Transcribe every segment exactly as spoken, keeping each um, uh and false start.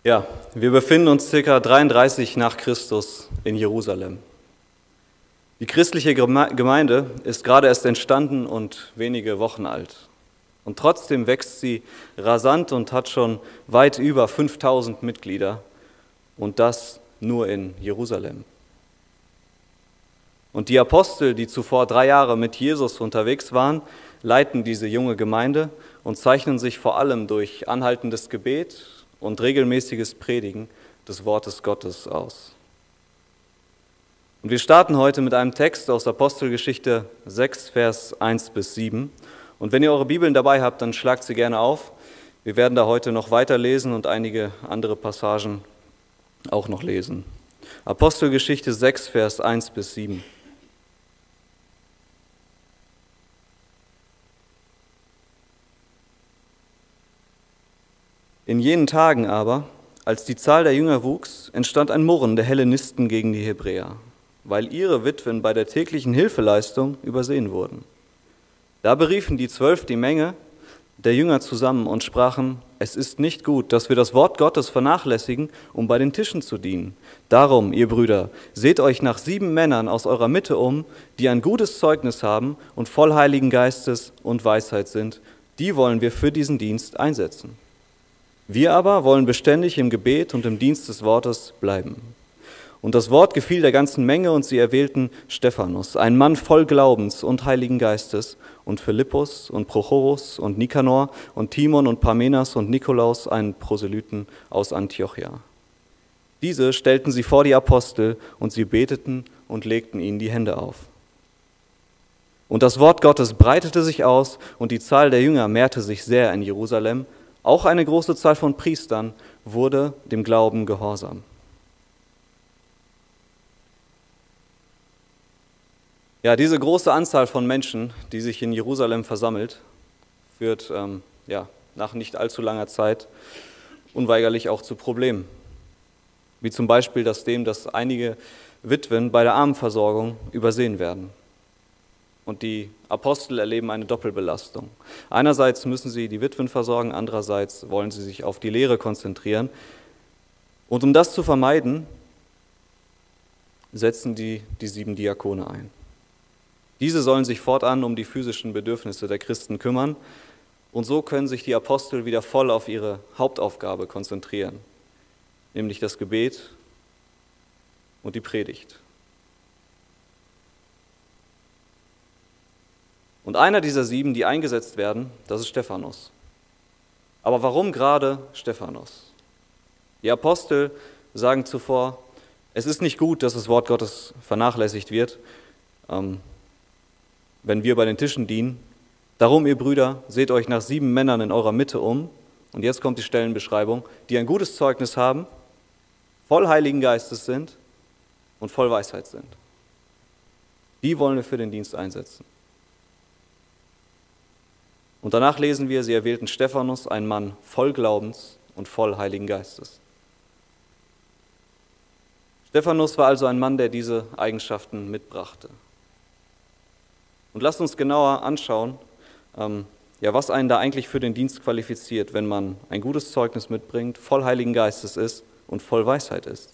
Ja, wir befinden uns ca. dreiunddreißig nach Christus in Jerusalem. Die christliche Gemeinde ist gerade erst entstanden und wenige Wochen alt. Und trotzdem wächst sie rasant und hat schon weit über fünftausend Mitglieder, und das nur in Jerusalem. Und die Apostel, die zuvor drei Jahre mit Jesus unterwegs waren, leiten diese junge Gemeinde und zeichnen sich vor allem durch anhaltendes Gebet und regelmäßiges Predigen des Wortes Gottes aus. Und wir starten heute mit einem Text aus Apostelgeschichte sechs, Vers eins bis sieben. Und wenn ihr eure Bibeln dabei habt, dann schlagt sie gerne auf. Wir werden da heute noch weiterlesen und einige andere Passagen auch noch lesen. Apostelgeschichte sechs, Vers eins bis sieben. In jenen Tagen aber, als die Zahl der Jünger wuchs, entstand ein Murren der Hellenisten gegen die Hebräer, weil ihre Witwen bei der täglichen Hilfeleistung übersehen wurden. Da beriefen die Zwölf die Menge der Jünger zusammen und sprachen: Es ist nicht gut, dass wir das Wort Gottes vernachlässigen, um bei den Tischen zu dienen. Darum, ihr Brüder, seht euch nach sieben Männern aus eurer Mitte um, die ein gutes Zeugnis haben und voll Heiligen Geistes und Weisheit sind. Die wollen wir für diesen Dienst einsetzen. Wir aber wollen beständig im Gebet und im Dienst des Wortes bleiben. Und das Wort gefiel der ganzen Menge, und sie erwählten Stephanus, einen Mann voll Glaubens und Heiligen Geistes, und Philippus und Prochorus und Nikanor und Timon und Parmenas und Nikolaus, einen Proselyten aus Antiochia. Diese stellten sie vor die Apostel, und sie beteten und legten ihnen die Hände auf. Und das Wort Gottes breitete sich aus, und die Zahl der Jünger mehrte sich sehr in Jerusalem. Auch eine große Zahl von Priestern wurde dem Glauben gehorsam. Ja, diese große Anzahl von Menschen, die sich in Jerusalem versammelt, führt ähm, ja, nach nicht allzu langer Zeit unweigerlich auch zu Problemen. Wie zum Beispiel das dem, dass einige Witwen bei der Armenversorgung übersehen werden. Und die Apostel erleben eine Doppelbelastung. Einerseits müssen sie die Witwen versorgen, andererseits wollen sie sich auf die Lehre konzentrieren. Und um das zu vermeiden, setzen die die sieben Diakone ein. Diese sollen sich fortan um die physischen Bedürfnisse der Christen kümmern, und so können sich die Apostel wieder voll auf ihre Hauptaufgabe konzentrieren, nämlich das Gebet und die Predigt. Und einer dieser sieben, die eingesetzt werden, das ist Stephanus. Aber warum gerade Stephanus? Die Apostel sagen zuvor, es ist nicht gut, dass das Wort Gottes vernachlässigt wird, ähm, wenn wir bei den Tischen dienen. Darum, ihr Brüder, seht euch nach sieben Männern in eurer Mitte um, und jetzt kommt die Stellenbeschreibung, die ein gutes Zeugnis haben, voll Heiligen Geistes sind und voll Weisheit sind. Die wollen wir für den Dienst einsetzen. Und danach lesen wir, sie erwählten Stephanus, einen Mann voll Glaubens und voll Heiligen Geistes. Stephanus war also ein Mann, der diese Eigenschaften mitbrachte. Und lasst uns genauer anschauen, ähm, ja, was einen da eigentlich für den Dienst qualifiziert, wenn man ein gutes Zeugnis mitbringt, voll Heiligen Geistes ist und voll Weisheit ist.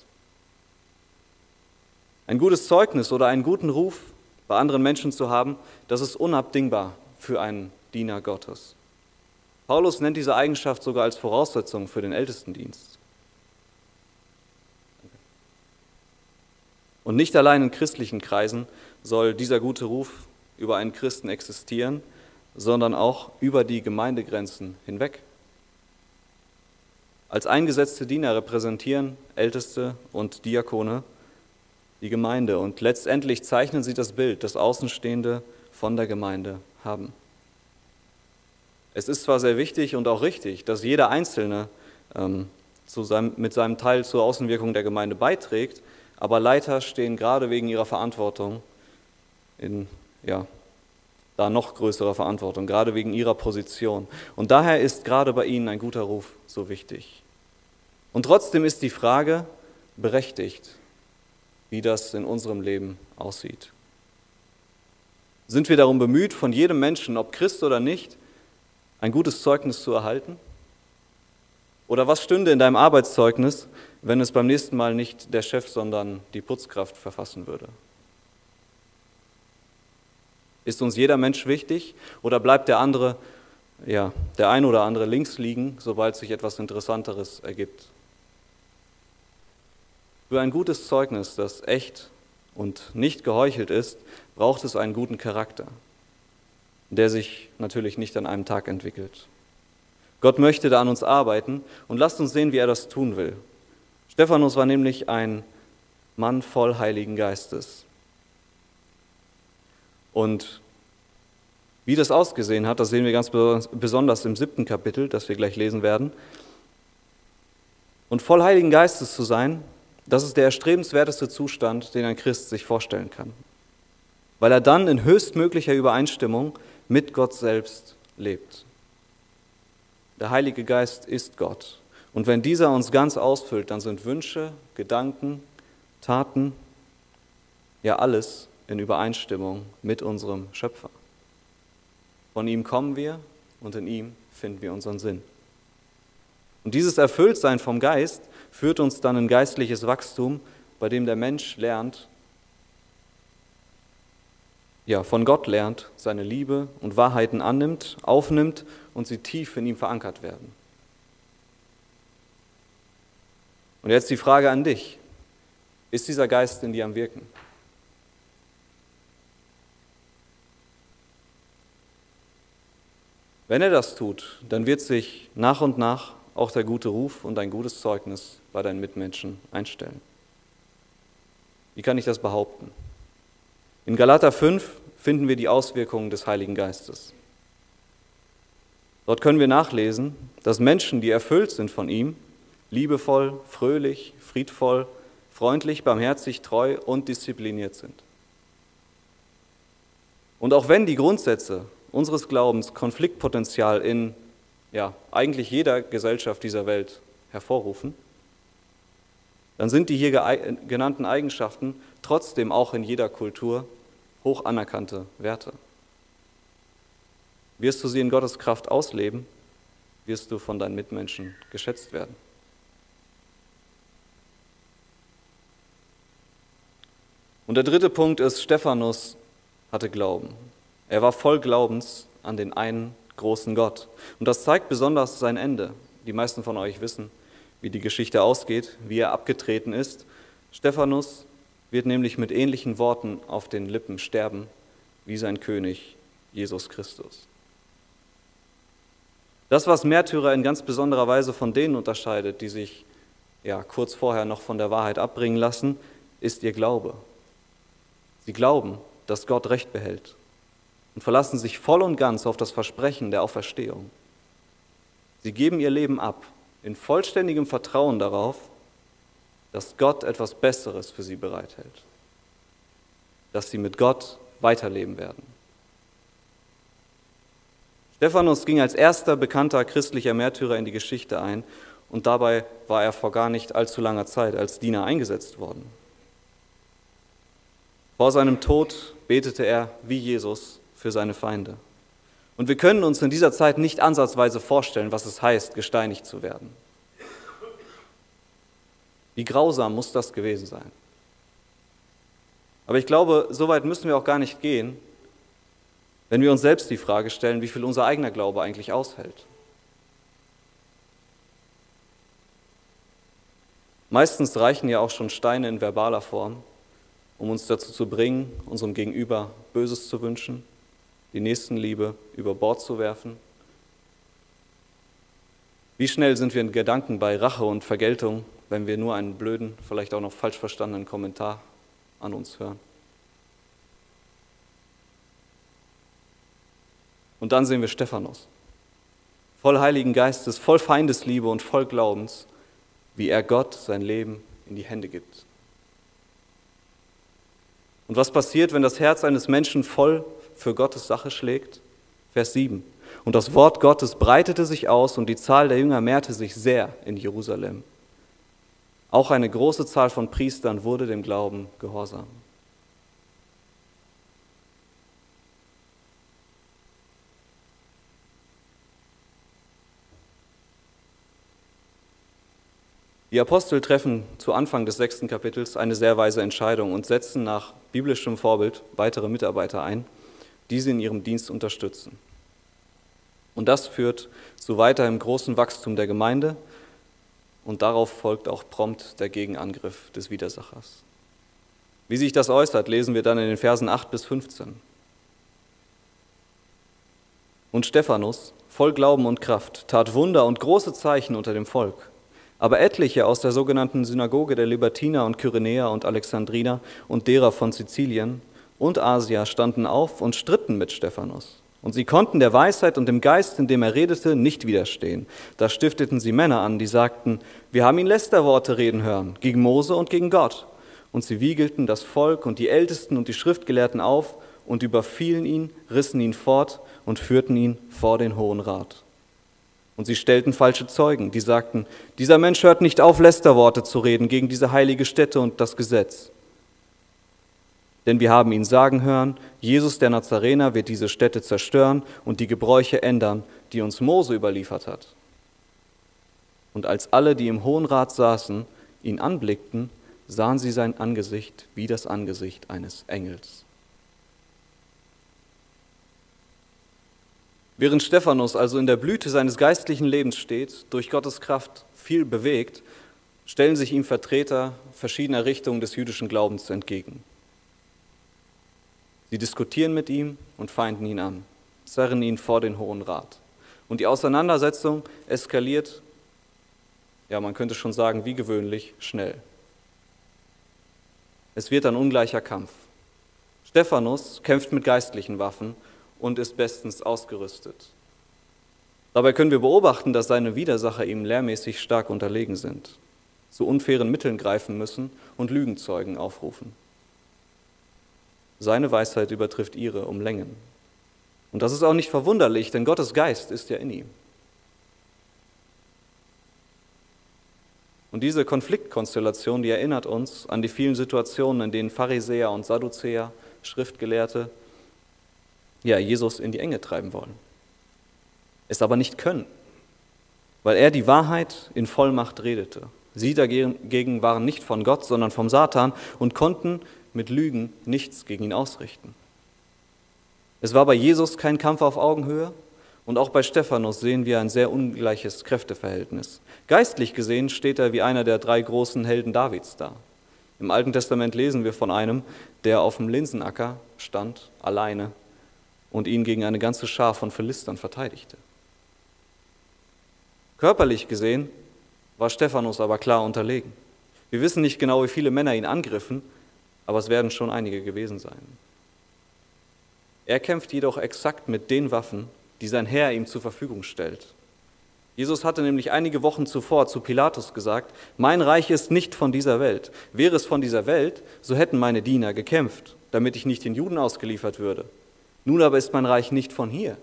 Ein gutes Zeugnis oder einen guten Ruf bei anderen Menschen zu haben, das ist unabdingbar für einen Diener Gottes. Paulus nennt diese Eigenschaft sogar als Voraussetzung für den Ältestendienst. Und nicht allein in christlichen Kreisen soll dieser gute Ruf über einen Christen existieren, sondern auch über die Gemeindegrenzen hinweg. Als eingesetzte Diener repräsentieren Älteste und Diakone die Gemeinde, und letztendlich zeichnen sie das Bild, das Außenstehende von der Gemeinde haben. Es ist zwar sehr wichtig und auch richtig, dass jeder Einzelne ähm, zu seinem, mit seinem Teil zur Außenwirkung der Gemeinde beiträgt, aber Leiter stehen gerade wegen ihrer Verantwortung in ja, da noch größerer Verantwortung, gerade wegen ihrer Position. Und daher ist gerade bei ihnen ein guter Ruf so wichtig. Und trotzdem ist die Frage berechtigt, wie das in unserem Leben aussieht. Sind wir darum bemüht, von jedem Menschen, ob Christ oder nicht, ein gutes Zeugnis zu erhalten? Oder was stünde in deinem Arbeitszeugnis, wenn es beim nächsten Mal nicht der Chef, sondern die Putzkraft verfassen würde? Ist uns jeder Mensch wichtig oder bleibt der andere, ja, der ein oder andere links liegen, sobald sich etwas Interessanteres ergibt? Für ein gutes Zeugnis, das echt und nicht geheuchelt ist, braucht es einen guten Charakter, der sich natürlich nicht an einem Tag entwickelt. Gott möchte da an uns arbeiten und lasst uns sehen, wie er das tun will. Stephanus war nämlich ein Mann voll Heiligen Geistes. Und wie das ausgesehen hat, das sehen wir ganz besonders im siebten Kapitel, das wir gleich lesen werden. Und voll Heiligen Geistes zu sein, das ist der erstrebenswerteste Zustand, den ein Christ sich vorstellen kann, weil er dann in höchstmöglicher Übereinstimmung mit Gott selbst lebt. Der Heilige Geist ist Gott. Und wenn dieser uns ganz ausfüllt, dann sind Wünsche, Gedanken, Taten, ja alles in Übereinstimmung mit unserem Schöpfer. Von ihm kommen wir und in ihm finden wir unseren Sinn. Und dieses Erfülltsein vom Geist führt uns dann in geistliches Wachstum, bei dem der Mensch lernt, ja, von Gott lernt, seine Liebe und Wahrheiten annimmt, aufnimmt und sie tief in ihm verankert werden. Und jetzt die Frage an dich: Ist dieser Geist in dir am Wirken? Wenn er das tut, dann wird sich nach und nach auch der gute Ruf und ein gutes Zeugnis bei deinen Mitmenschen einstellen. Wie kann ich das behaupten? In Galater fünf finden wir die Auswirkungen des Heiligen Geistes. Dort können wir nachlesen, dass Menschen, die erfüllt sind von ihm, liebevoll, fröhlich, friedvoll, freundlich, barmherzig, treu und diszipliniert sind. Und auch wenn die Grundsätze unseres Glaubens Konfliktpotenzial in ja, eigentlich jeder Gesellschaft dieser Welt hervorrufen, dann sind die hier genannten Eigenschaften trotzdem auch in jeder Kultur hoch anerkannte Werte. Wirst du sie in Gottes Kraft ausleben, wirst du von deinen Mitmenschen geschätzt werden. Und der dritte Punkt ist, Stephanus hatte Glauben. Er war voll Glaubens an den einen großen Gott. Und das zeigt besonders sein Ende. Die meisten von euch wissen, wie die Geschichte ausgeht, wie er abgetreten ist. Stephanus wird nämlich mit ähnlichen Worten auf den Lippen sterben, wie sein König Jesus Christus. Das, was Märtyrer in ganz besonderer Weise von denen unterscheidet, die sich ja, kurz vorher noch von der Wahrheit abbringen lassen, ist ihr Glaube. Sie glauben, dass Gott Recht behält und verlassen sich voll und ganz auf das Versprechen der Auferstehung. Sie geben ihr Leben ab in vollständigem Vertrauen darauf, dass Gott etwas Besseres für sie bereithält, dass sie mit Gott weiterleben werden. Stephanus ging als erster bekannter christlicher Märtyrer in die Geschichte ein und dabei war er vor gar nicht allzu langer Zeit als Diener eingesetzt worden. Vor seinem Tod betete er wie Jesus für seine Feinde. Und wir können uns in dieser Zeit nicht ansatzweise vorstellen, was es heißt, gesteinigt zu werden. Wie grausam muss das gewesen sein? Aber ich glaube, so weit müssen wir auch gar nicht gehen, wenn wir uns selbst die Frage stellen, wie viel unser eigener Glaube eigentlich aushält. Meistens reichen ja auch schon Steine in verbaler Form, um uns dazu zu bringen, unserem Gegenüber Böses zu wünschen, die Nächstenliebe über Bord zu werfen. Wie schnell sind wir in Gedanken bei Rache und Vergeltung, wenn wir nur einen blöden, vielleicht auch noch falsch verstandenen Kommentar an uns hören. Und dann sehen wir Stephanus, voll Heiligen Geistes, voll Feindesliebe und voll Glaubens, wie er Gott sein Leben in die Hände gibt. Und was passiert, wenn das Herz eines Menschen voll für Gottes Sache schlägt? Vers sieben. Und das Wort Gottes breitete sich aus und die Zahl der Jünger mehrte sich sehr in Jerusalem. Auch eine große Zahl von Priestern wurde dem Glauben gehorsam. Die Apostel treffen zu Anfang des sechsten Kapitels eine sehr weise Entscheidung und setzen nach biblischem Vorbild weitere Mitarbeiter ein, die sie in ihrem Dienst unterstützen. Und das führt zu weiterem großen Wachstum der Gemeinde und darauf folgt auch prompt der Gegenangriff des Widersachers. Wie sich das äußert, lesen wir dann in den Versen acht bis fünfzehn. Und Stephanus, voll Glauben und Kraft, tat Wunder und große Zeichen unter dem Volk. Aber etliche aus der sogenannten Synagoge der Libertiner und Kyrenäer und Alexandriner und derer von Sizilien und Asia standen auf und stritten mit Stephanus. Und sie konnten der Weisheit und dem Geist, in dem er redete, nicht widerstehen. Da stifteten sie Männer an, die sagten, wir haben ihn Lästerworte reden hören, gegen Mose und gegen Gott. Und sie wiegelten das Volk und die Ältesten und die Schriftgelehrten auf und überfielen ihn, rissen ihn fort und führten ihn vor den Hohen Rat. Und sie stellten falsche Zeugen, die sagten, dieser Mensch hört nicht auf, Lästerworte zu reden gegen diese heilige Stätte und das Gesetz. Denn wir haben ihn sagen hören, Jesus der Nazarener wird diese Stätte zerstören und die Gebräuche ändern, die uns Mose überliefert hat. Und als alle, die im Hohen Rat saßen, ihn anblickten, sahen sie sein Angesicht wie das Angesicht eines Engels. Während Stephanus also in der Blüte seines geistlichen Lebens steht, durch Gottes Kraft viel bewegt, stellen sich ihm Vertreter verschiedener Richtungen des jüdischen Glaubens entgegen. Sie diskutieren mit ihm und feinden ihn an, zerren ihn vor den Hohen Rat. Und die Auseinandersetzung eskaliert, ja, man könnte schon sagen, wie gewöhnlich, schnell. Es wird ein ungleicher Kampf. Stephanus kämpft mit geistlichen Waffen und ist bestens ausgerüstet. Dabei können wir beobachten, dass seine Widersacher ihm lehrmäßig stark unterlegen sind, zu unfairen Mitteln greifen müssen und Lügenzeugen aufrufen. Seine Weisheit übertrifft ihre um Längen. Und das ist auch nicht verwunderlich, denn Gottes Geist ist ja in ihm. Und diese Konfliktkonstellation, die erinnert uns an die vielen Situationen, in denen Pharisäer und Sadduzäer, Schriftgelehrte, ja, Jesus in die Enge treiben wollen. Es aber nicht können, weil er die Wahrheit in Vollmacht redete. Sie dagegen waren nicht von Gott, sondern vom Satan und konnten mit Lügen nichts gegen ihn ausrichten. Es war bei Jesus kein Kampf auf Augenhöhe und auch bei Stephanus sehen wir ein sehr ungleiches Kräfteverhältnis. Geistlich gesehen steht er wie einer der drei großen Helden Davids da. Im Alten Testament lesen wir von einem, der auf dem Linsenacker stand, alleine, und ihn gegen eine ganze Schar von Philistern verteidigte. Körperlich gesehen war Stephanus aber klar unterlegen. Wir wissen nicht genau, wie viele Männer ihn angriffen, aber es werden schon einige gewesen sein. Er kämpft jedoch exakt mit den Waffen, die sein Herr ihm zur Verfügung stellt. Jesus hatte nämlich einige Wochen zuvor zu Pilatus gesagt, mein Reich ist nicht von dieser Welt. Wäre es von dieser Welt, so hätten meine Diener gekämpft, damit ich nicht den Juden ausgeliefert würde. Nun aber ist mein Reich nicht von hier.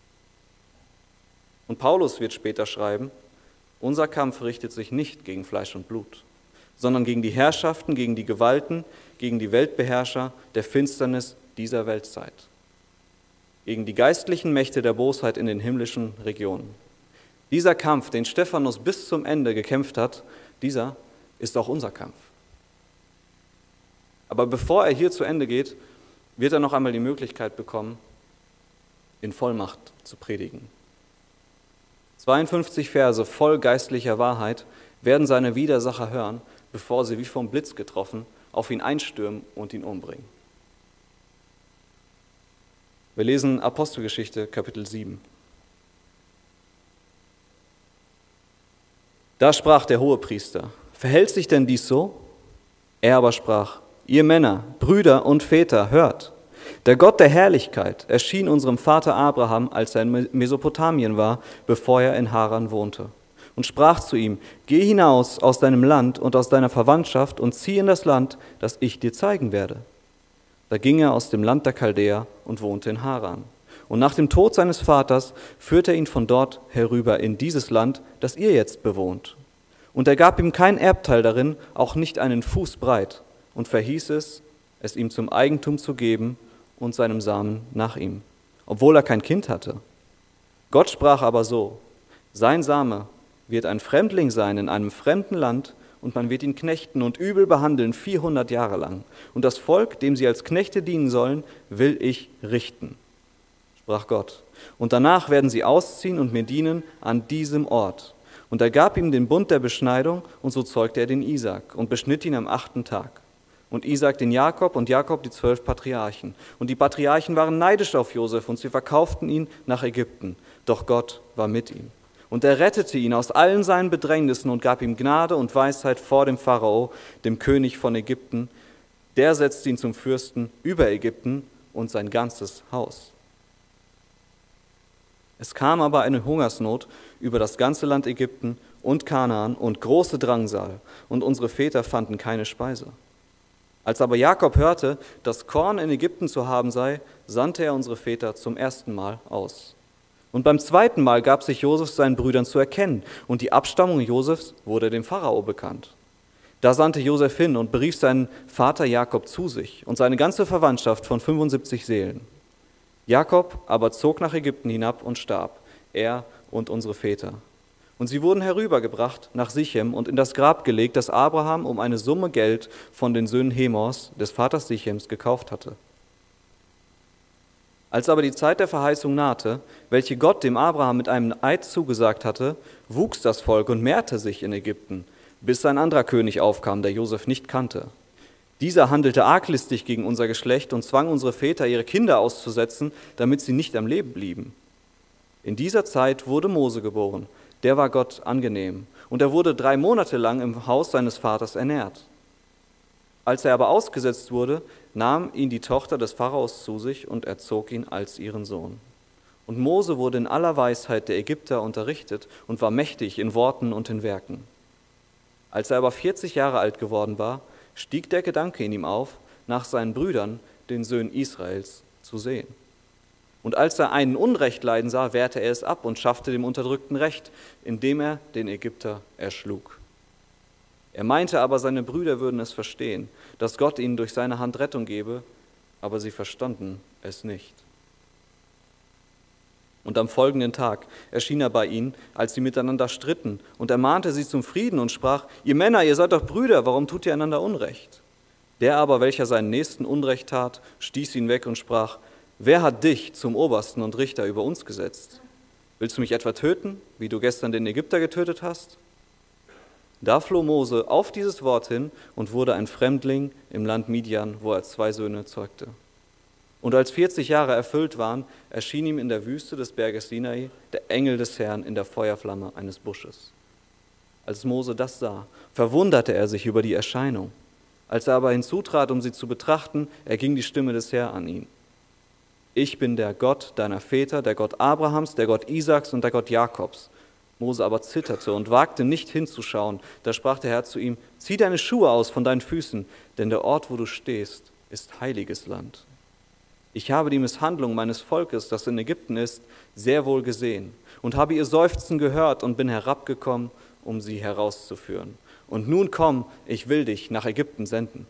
Und Paulus wird später schreiben, unser Kampf richtet sich nicht gegen Fleisch und Blut, sondern gegen die Herrschaften, gegen die Gewalten, gegen die Weltbeherrscher der Finsternis dieser Weltzeit, gegen die geistlichen Mächte der Bosheit in den himmlischen Regionen. Dieser Kampf, den Stephanus bis zum Ende gekämpft hat, dieser ist auch unser Kampf. Aber bevor er hier zu Ende geht, wird er noch einmal die Möglichkeit bekommen, in Vollmacht zu predigen. zweiundfünfzig Verse voll geistlicher Wahrheit werden seine Widersacher hören, bevor sie wie vom Blitz getroffen auf ihn einstürmen und ihn umbringen. Wir lesen Apostelgeschichte, Kapitel sieben. Da sprach der Hohepriester, verhält sich denn dies so? Er aber sprach, ihr Männer, Brüder und Väter, hört, der Gott der Herrlichkeit erschien unserem Vater Abraham, als er in Mesopotamien war, bevor er in Haran wohnte, und sprach zu ihm, geh hinaus aus deinem Land und aus deiner Verwandtschaft und zieh in das Land, das ich dir zeigen werde. Da ging er aus dem Land der Chaldäer und wohnte in Haran. Und nach dem Tod seines Vaters führte er ihn von dort herüber in dieses Land, das ihr jetzt bewohnt. Und er gab ihm kein Erbteil darin, auch nicht einen Fuß breit, und verhieß es, es ihm zum Eigentum zu geben und seinem Samen nach ihm, obwohl er kein Kind hatte. Gott sprach aber so, sein Same wird ein Fremdling sein in einem fremden Land und man wird ihn knechten und übel behandeln vierhundert Jahre lang. Und das Volk, dem sie als Knechte dienen sollen, will ich richten, sprach Gott. Und danach werden sie ausziehen und mir dienen an diesem Ort. Und er gab ihm den Bund der Beschneidung, und so zeugte er den Isaak und beschnitt ihn am achten Tag. Und Isaak den Jakob und Jakob die zwölf Patriarchen. Und die Patriarchen waren neidisch auf Josef, und sie verkauften ihn nach Ägypten. Doch Gott war mit ihm. Und er rettete ihn aus allen seinen Bedrängnissen und gab ihm Gnade und Weisheit vor dem Pharao, dem König von Ägypten. Der setzte ihn zum Fürsten über Ägypten und sein ganzes Haus. Es kam aber eine Hungersnot über das ganze Land Ägypten und Kanaan und große Drangsal, und unsere Väter fanden keine Speise. Als aber Jakob hörte, dass Korn in Ägypten zu haben sei, sandte er unsere Väter zum ersten Mal aus. Und beim zweiten Mal gab sich Josef seinen Brüdern zu erkennen, und die Abstammung Josefs wurde dem Pharao bekannt. Da sandte Josef hin und berief seinen Vater Jakob zu sich und seine ganze Verwandtschaft von fünfundsiebzig Seelen. Jakob aber zog nach Ägypten hinab und starb, er und unsere Väter. Und sie wurden herübergebracht nach Sichem und in das Grab gelegt, das Abraham um eine Summe Geld von den Söhnen Hemors, des Vaters Sichems, gekauft hatte. Als aber die Zeit der Verheißung nahte, welche Gott dem Abraham mit einem Eid zugesagt hatte, wuchs das Volk und mehrte sich in Ägypten, bis ein anderer König aufkam, der Josef nicht kannte. Dieser handelte arglistig gegen unser Geschlecht und zwang unsere Väter, ihre Kinder auszusetzen, damit sie nicht am Leben blieben. In dieser Zeit wurde Mose geboren, der war Gott angenehm, und er wurde drei Monate lang im Haus seines Vaters ernährt. Als er aber ausgesetzt wurde, nahm ihn die Tochter des Pharaos zu sich und erzog ihn als ihren Sohn. Und Mose wurde in aller Weisheit der Ägypter unterrichtet und war mächtig in Worten und in Werken. Als er aber vierzig Jahre alt geworden war, stieg der Gedanke in ihm auf, nach seinen Brüdern, den Söhnen Israels, zu sehen. Und als er einen Unrecht leiden sah, wehrte er es ab und schaffte dem Unterdrückten Recht, indem er den Ägypter erschlug. Er meinte aber, seine Brüder würden es verstehen, dass Gott ihnen durch seine Hand Rettung gebe, aber sie verstanden es nicht. Und am folgenden Tag erschien er bei ihnen, als sie miteinander stritten, und ermahnte sie zum Frieden und sprach: Ihr Männer, ihr seid doch Brüder, warum tut ihr einander Unrecht? Der aber, welcher seinen Nächsten Unrecht tat, stieß ihn weg und sprach: Wer hat dich zum Obersten und Richter über uns gesetzt? Willst du mich etwa töten, wie du gestern den Ägypter getötet hast? Da floh Mose auf dieses Wort hin und wurde ein Fremdling im Land Midian, wo er zwei Söhne zeugte. Und als vierzig Jahre erfüllt waren, erschien ihm in der Wüste des Berges Sinai der Engel des Herrn in der Feuerflamme eines Busches. Als Mose das sah, verwunderte er sich über die Erscheinung. Als er aber hinzutrat, um sie zu betrachten, erging die Stimme des Herrn an ihn. Ich bin der Gott deiner Väter, der Gott Abrahams, der Gott Isaaks und der Gott Jakobs. Mose aber zitterte und wagte nicht hinzuschauen. Da sprach der Herr zu ihm: Zieh deine Schuhe aus von deinen Füßen, denn der Ort, wo du stehst, ist heiliges Land. Ich habe die Misshandlung meines Volkes, das in Ägypten ist, sehr wohl gesehen und habe ihr Seufzen gehört und bin herabgekommen, um sie herauszuführen. Und nun komm, ich will dich nach Ägypten senden.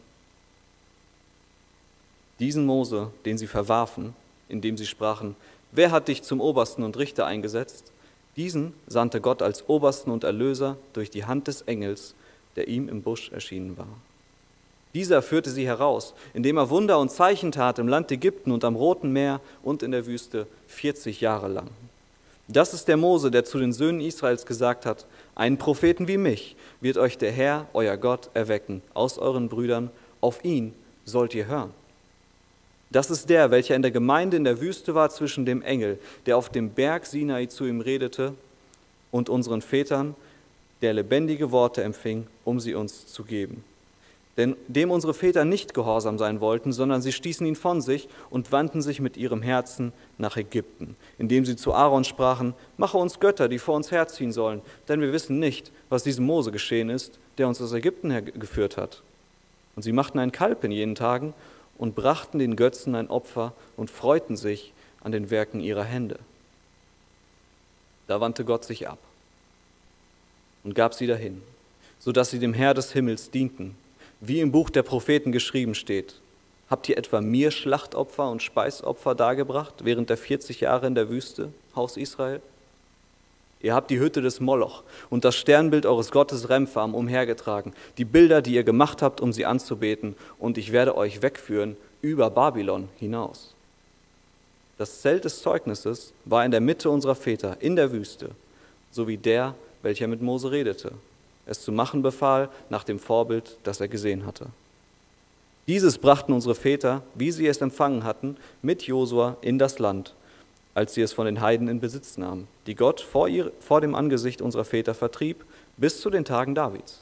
Diesen Mose, den sie verwarfen, indem sie sprachen: Wer hat dich zum Obersten und Richter eingesetzt? Diesen sandte Gott als Obersten und Erlöser durch die Hand des Engels, der ihm im Busch erschienen war. Dieser führte sie heraus, indem er Wunder und Zeichen tat im Land Ägypten und am Roten Meer und in der Wüste vierzig Jahre lang. Das ist der Mose, der zu den Söhnen Israels gesagt hat: Einen Propheten wie mich wird euch der Herr, euer Gott, erwecken aus euren Brüdern, auf ihn sollt ihr hören. Das ist der, welcher in der Gemeinde in der Wüste war zwischen dem Engel, der auf dem Berg Sinai zu ihm redete, und unseren Vätern, der lebendige Worte empfing, um sie uns zu geben. Denn dem unsere Väter nicht gehorsam sein wollten, sondern sie stießen ihn von sich und wandten sich mit ihrem Herzen nach Ägypten, indem sie zu Aaron sprachen: Mache uns Götter, die vor uns herziehen sollen, denn wir wissen nicht, was diesem Mose geschehen ist, der uns aus Ägypten hergeführt hat. Und sie machten ein Kalb in jenen Tagen und brachten den Götzen ein Opfer und freuten sich an den Werken ihrer Hände. Da wandte Gott sich ab und gab sie dahin, sodass sie dem Herr des Himmels dienten, wie im Buch der Propheten geschrieben steht: Habt ihr etwa mir Schlachtopfer und Speisopfer dargebracht während der vierzig Jahre in der Wüste, Haus Israel? Ihr habt die Hütte des Moloch und das Sternbild eures Gottes Rempham umhergetragen, die Bilder, die ihr gemacht habt, um sie anzubeten, und ich werde euch wegführen über Babylon hinaus. Das Zelt des Zeugnisses war in der Mitte unserer Väter, in der Wüste, so wie der, welcher mit Mose redete, es zu machen befahl, nach dem Vorbild, das er gesehen hatte. Dieses brachten unsere Väter, wie sie es empfangen hatten, mit Josua in das Land, als sie es von den Heiden in Besitz nahmen, die Gott vor, ihr, vor dem Angesicht unserer Väter vertrieb, bis zu den Tagen Davids.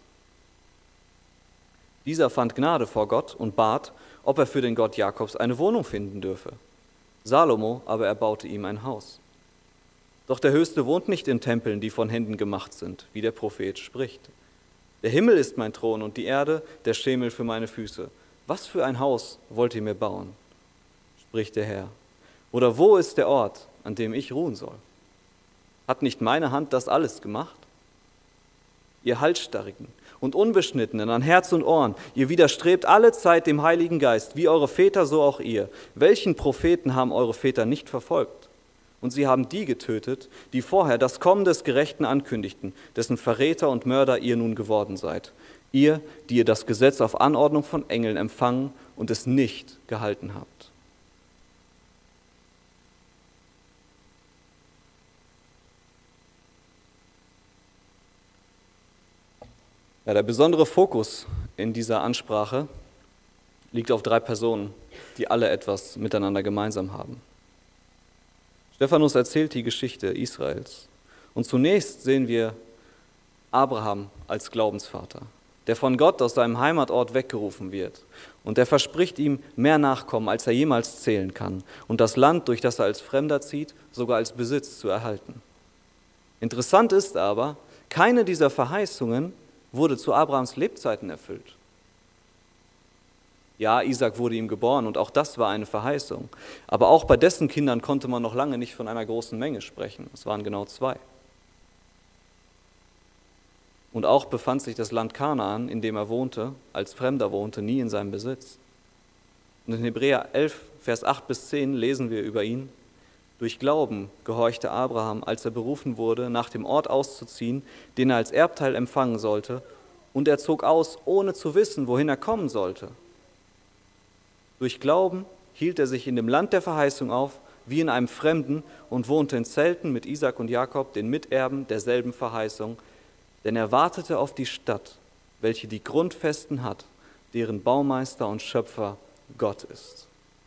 Dieser fand Gnade vor Gott und bat, ob er für den Gott Jakobs eine Wohnung finden dürfe. Salomo aber erbaute ihm ein Haus. Doch der Höchste wohnt nicht in Tempeln, die von Händen gemacht sind, wie der Prophet spricht. Der Himmel ist mein Thron und die Erde der Schemel für meine Füße. Was für ein Haus wollt ihr mir bauen? Spricht der Herr. Oder wo ist der Ort, an dem ich ruhen soll? Hat nicht meine Hand das alles gemacht? Ihr Halsstarrigen und Unbeschnittenen an Herz und Ohren, ihr widerstrebt alle Zeit dem Heiligen Geist, wie eure Väter, so auch ihr. Welchen Propheten haben eure Väter nicht verfolgt? Und sie haben die getötet, die vorher das Kommen des Gerechten ankündigten, dessen Verräter und Mörder ihr nun geworden seid. Ihr, die ihr das Gesetz auf Anordnung von Engeln empfangen und es nicht gehalten habt. Ja, der besondere Fokus in dieser Ansprache liegt auf drei Personen, die alle etwas miteinander gemeinsam haben. Stephanus erzählt die Geschichte Israels. Und zunächst sehen wir Abraham als Glaubensvater, der von Gott aus seinem Heimatort weggerufen wird. Und der verspricht ihm mehr Nachkommen, als er jemals zählen kann. Und das Land, durch das er als Fremder zieht, sogar als Besitz zu erhalten. Interessant ist aber, keine dieser Verheißungen wurde zu Abrahams Lebzeiten erfüllt. Ja, Isaac wurde ihm geboren und auch das war eine Verheißung. Aber auch bei dessen Kindern konnte man noch lange nicht von einer großen Menge sprechen. Es waren genau zwei. Und auch befand sich das Land Kanaan, in dem er wohnte, als Fremder wohnte, nie in seinem Besitz. Und in Hebräer elf, Vers acht bis zehn lesen wir über ihn: Durch Glauben gehorchte Abraham, als er berufen wurde, nach dem Ort auszuziehen, den er als Erbteil empfangen sollte, und er zog aus, ohne zu wissen, wohin er kommen sollte. Durch Glauben hielt er sich in dem Land der Verheißung auf, wie in einem Fremden, und wohnte in Zelten mit Isaak und Jakob, den Miterben derselben Verheißung, denn er wartete auf die Stadt, welche die Grundfesten hat, deren Baumeister und Schöpfer Gott ist.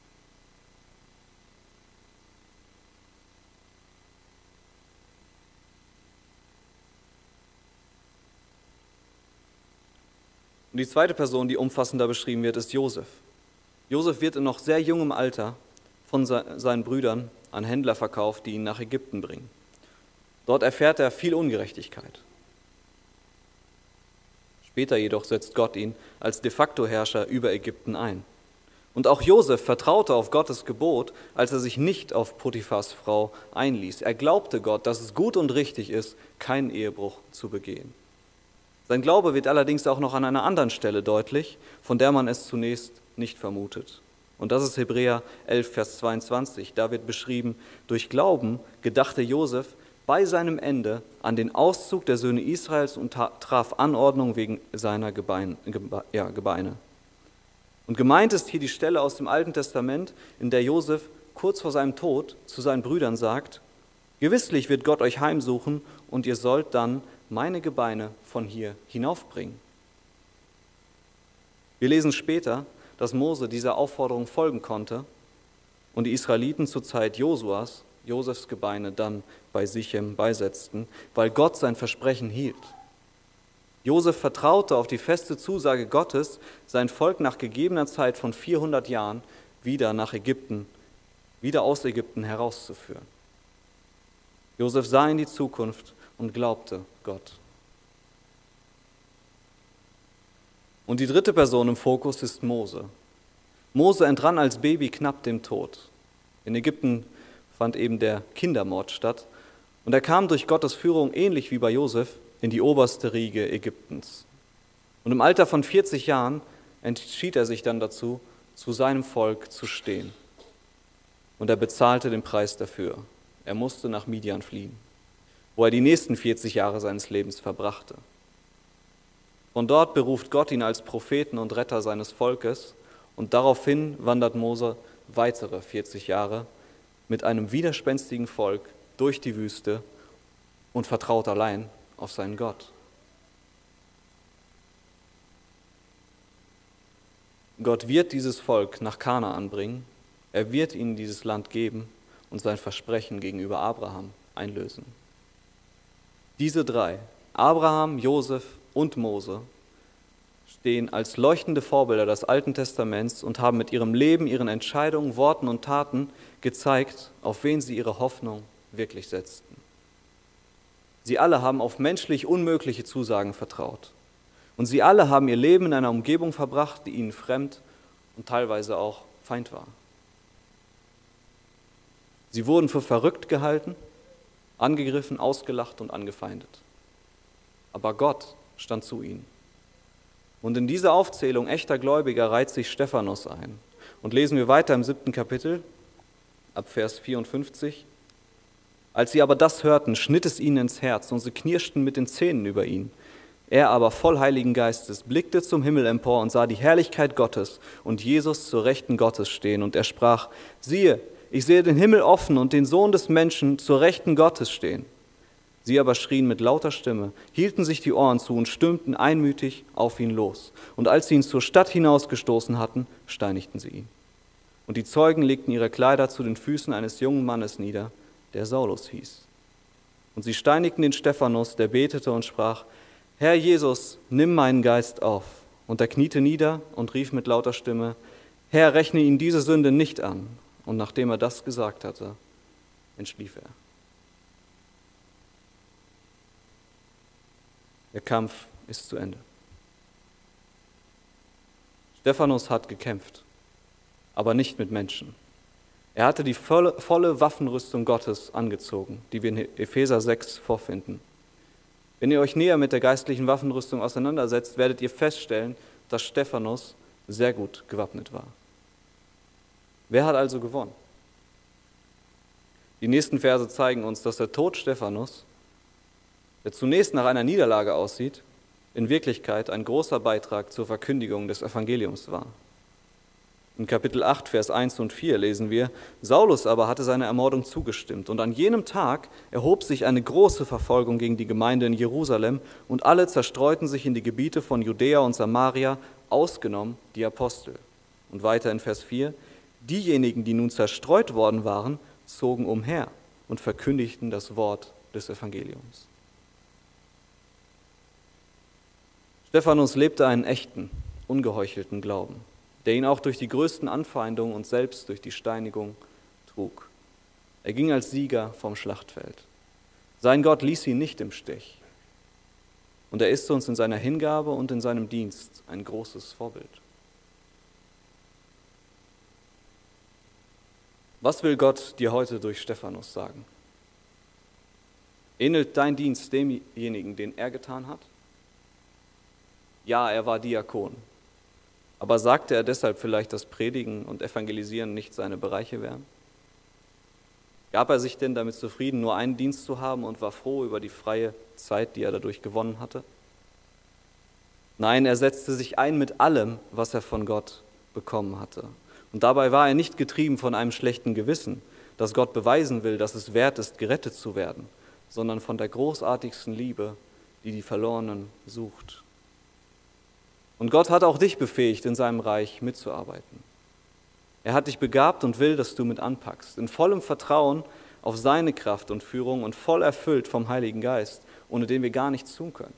Und die zweite Person, die umfassender beschrieben wird, ist Josef. Josef wird in noch sehr jungem Alter von seinen Brüdern an Händler verkauft, die ihn nach Ägypten bringen. Dort erfährt er viel Ungerechtigkeit. Später jedoch setzt Gott ihn als de facto Herrscher über Ägypten ein. Und auch Josef vertraute auf Gottes Gebot, als er sich nicht auf Potiphars Frau einließ. Er glaubte Gott, dass es gut und richtig ist, keinen Ehebruch zu begehen. Sein Glaube wird allerdings auch noch an einer anderen Stelle deutlich, von der man es zunächst nicht vermutet. Und das ist Hebräer elf, Vers zweiundzwanzig. Da wird beschrieben: Durch Glauben gedachte Josef bei seinem Ende an den Auszug der Söhne Israels und traf Anordnung wegen seiner Gebeine. Ja, Gebeine. Und gemeint ist hier die Stelle aus dem Alten Testament, in der Josef kurz vor seinem Tod zu seinen Brüdern sagt: Gewisslich wird Gott euch heimsuchen und ihr sollt dann meine Gebeine von hier hinaufbringen. Wir lesen später, dass Mose dieser Aufforderung folgen konnte und die Israeliten zur Zeit Josuas Josefs Gebeine dann bei Sichem beisetzten, weil Gott sein Versprechen hielt. Josef vertraute auf die feste Zusage Gottes, sein Volk nach gegebener Zeit von vierhundert Jahren wieder nach Ägypten, wieder aus Ägypten herauszuführen. Josef sah in die Zukunft und glaubte Gott. Und die dritte Person im Fokus ist Mose. Mose entrann als Baby knapp dem Tod. In Ägypten fand eben der Kindermord statt und er kam durch Gottes Führung, ähnlich wie bei Josef, in die oberste Riege Ägyptens. Und im Alter von vierzig Jahren entschied er sich dann dazu, zu seinem Volk zu stehen. Und er bezahlte den Preis dafür. Er musste nach Midian fliehen. wo er die nächsten vierzig Jahre seines Lebens verbrachte. Von dort beruft Gott ihn als Propheten und Retter seines Volkes und daraufhin wandert Mose weitere vierzig Jahre mit einem widerspenstigen Volk durch die Wüste und vertraut allein auf seinen Gott. Gott wird dieses Volk nach Kanaan bringen, er wird ihnen dieses Land geben und sein Versprechen gegenüber Abraham einlösen. Diese drei, Abraham, Josef und Mose, stehen als leuchtende Vorbilder des Alten Testaments und haben mit ihrem Leben, ihren Entscheidungen, Worten und Taten gezeigt, auf wen sie ihre Hoffnung wirklich setzten. Sie alle haben auf menschlich unmögliche Zusagen vertraut. Und sie alle haben ihr Leben in einer Umgebung verbracht, die ihnen fremd und teilweise auch Feind war. Sie wurden für verrückt gehalten, angegriffen, ausgelacht und angefeindet. Aber Gott stand zu ihnen. Und in diese Aufzählung echter Gläubiger reiht sich Stephanus ein. Und lesen wir weiter im siebten Kapitel, ab Vers vierundfünfzig. Als sie aber das hörten, schnitt es ihnen ins Herz und sie knirschten mit den Zähnen über ihn. Er aber voll Heiligen Geistes blickte zum Himmel empor und sah die Herrlichkeit Gottes und Jesus zur Rechten Gottes stehen. Und er sprach, siehe, ich sehe den Himmel offen und den Sohn des Menschen zur Rechten Gottes stehen. Sie aber schrien mit lauter Stimme, hielten sich die Ohren zu und stürmten einmütig auf ihn los. Und als sie ihn zur Stadt hinausgestoßen hatten, steinigten sie ihn. Und die Zeugen legten ihre Kleider zu den Füßen eines jungen Mannes nieder, der Saulus hieß. Und sie steinigten den Stephanus, der betete und sprach, Herr Jesus, nimm meinen Geist auf. Und er kniete nieder und rief mit lauter Stimme, Herr, rechne ihm diese Sünde nicht an. Und nachdem er das gesagt hatte, entschlief er. Der Kampf ist zu Ende. Stephanus hat gekämpft, aber nicht mit Menschen. Er hatte die volle, volle Waffenrüstung Gottes angezogen, die wir in Epheser sechs vorfinden. Wenn ihr euch näher mit der geistlichen Waffenrüstung auseinandersetzt, werdet ihr feststellen, dass Stephanus sehr gut gewappnet war. Wer hat also gewonnen? Die nächsten Verse zeigen uns, dass der Tod Stephanus, der zunächst nach einer Niederlage aussieht, in Wirklichkeit ein großer Beitrag zur Verkündigung des Evangeliums war. In Kapitel acht, Vers eins und vier lesen wir, Saulus aber hatte seiner Ermordung zugestimmt und an jenem Tag erhob sich eine große Verfolgung gegen die Gemeinde in Jerusalem und alle zerstreuten sich in die Gebiete von Judäa und Samaria, ausgenommen die Apostel. Und weiter in Vers vier, diejenigen, die nun zerstreut worden waren, zogen umher und verkündigten das Wort des Evangeliums. Stephanus lebte einen echten, ungeheuchelten Glauben, der ihn auch durch die größten Anfeindungen und selbst durch die Steinigung trug. Er ging als Sieger vom Schlachtfeld. Sein Gott ließ ihn nicht im Stich. Und er ist uns in seiner Hingabe und in seinem Dienst ein großes Vorbild. Was will Gott dir heute durch Stephanus sagen? Ähnelt dein Dienst demjenigen, den er getan hat? Ja, er war Diakon. Aber sagte er deshalb vielleicht, dass Predigen und Evangelisieren nicht seine Bereiche wären? Gab er sich denn damit zufrieden, nur einen Dienst zu haben und war froh über die freie Zeit, die er dadurch gewonnen hatte? Nein, er setzte sich ein mit allem, was er von Gott bekommen hatte. Und dabei war er nicht getrieben von einem schlechten Gewissen, dass Gott beweisen will, dass es wert ist, gerettet zu werden, sondern von der großartigsten Liebe, die die Verlorenen sucht. Und Gott hat auch dich befähigt, in seinem Reich mitzuarbeiten. Er hat dich begabt und will, dass du mit anpackst, in vollem Vertrauen auf seine Kraft und Führung und voll erfüllt vom Heiligen Geist, ohne den wir gar nichts tun können.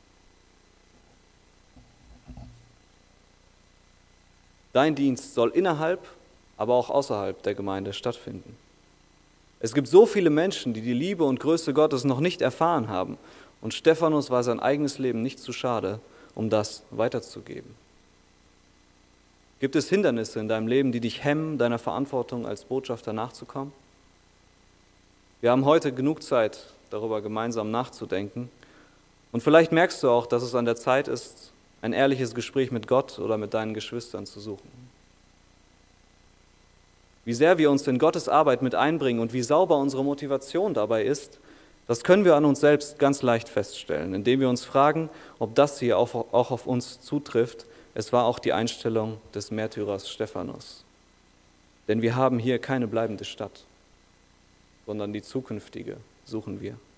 Dein Dienst soll innerhalb, aber auch außerhalb der Gemeinde stattfinden. Es gibt so viele Menschen, die die Liebe und Größe Gottes noch nicht erfahren haben. Und Stephanus war sein eigenes Leben nicht zu schade, um das weiterzugeben. Gibt es Hindernisse in deinem Leben, die dich hemmen, deiner Verantwortung als Botschafter nachzukommen? Wir haben heute genug Zeit, darüber gemeinsam nachzudenken. Und vielleicht merkst du auch, dass es an der Zeit ist, ein ehrliches Gespräch mit Gott oder mit deinen Geschwistern zu suchen. Wie sehr wir uns in Gottes Arbeit mit einbringen und wie sauber unsere Motivation dabei ist, Das können wir an uns selbst ganz leicht feststellen, indem wir uns fragen, ob das hier auch auf uns zutrifft. Es war auch die Einstellung des Märtyrers Stephanus. Denn wir haben hier keine bleibende Stadt, sondern die zukünftige suchen wir.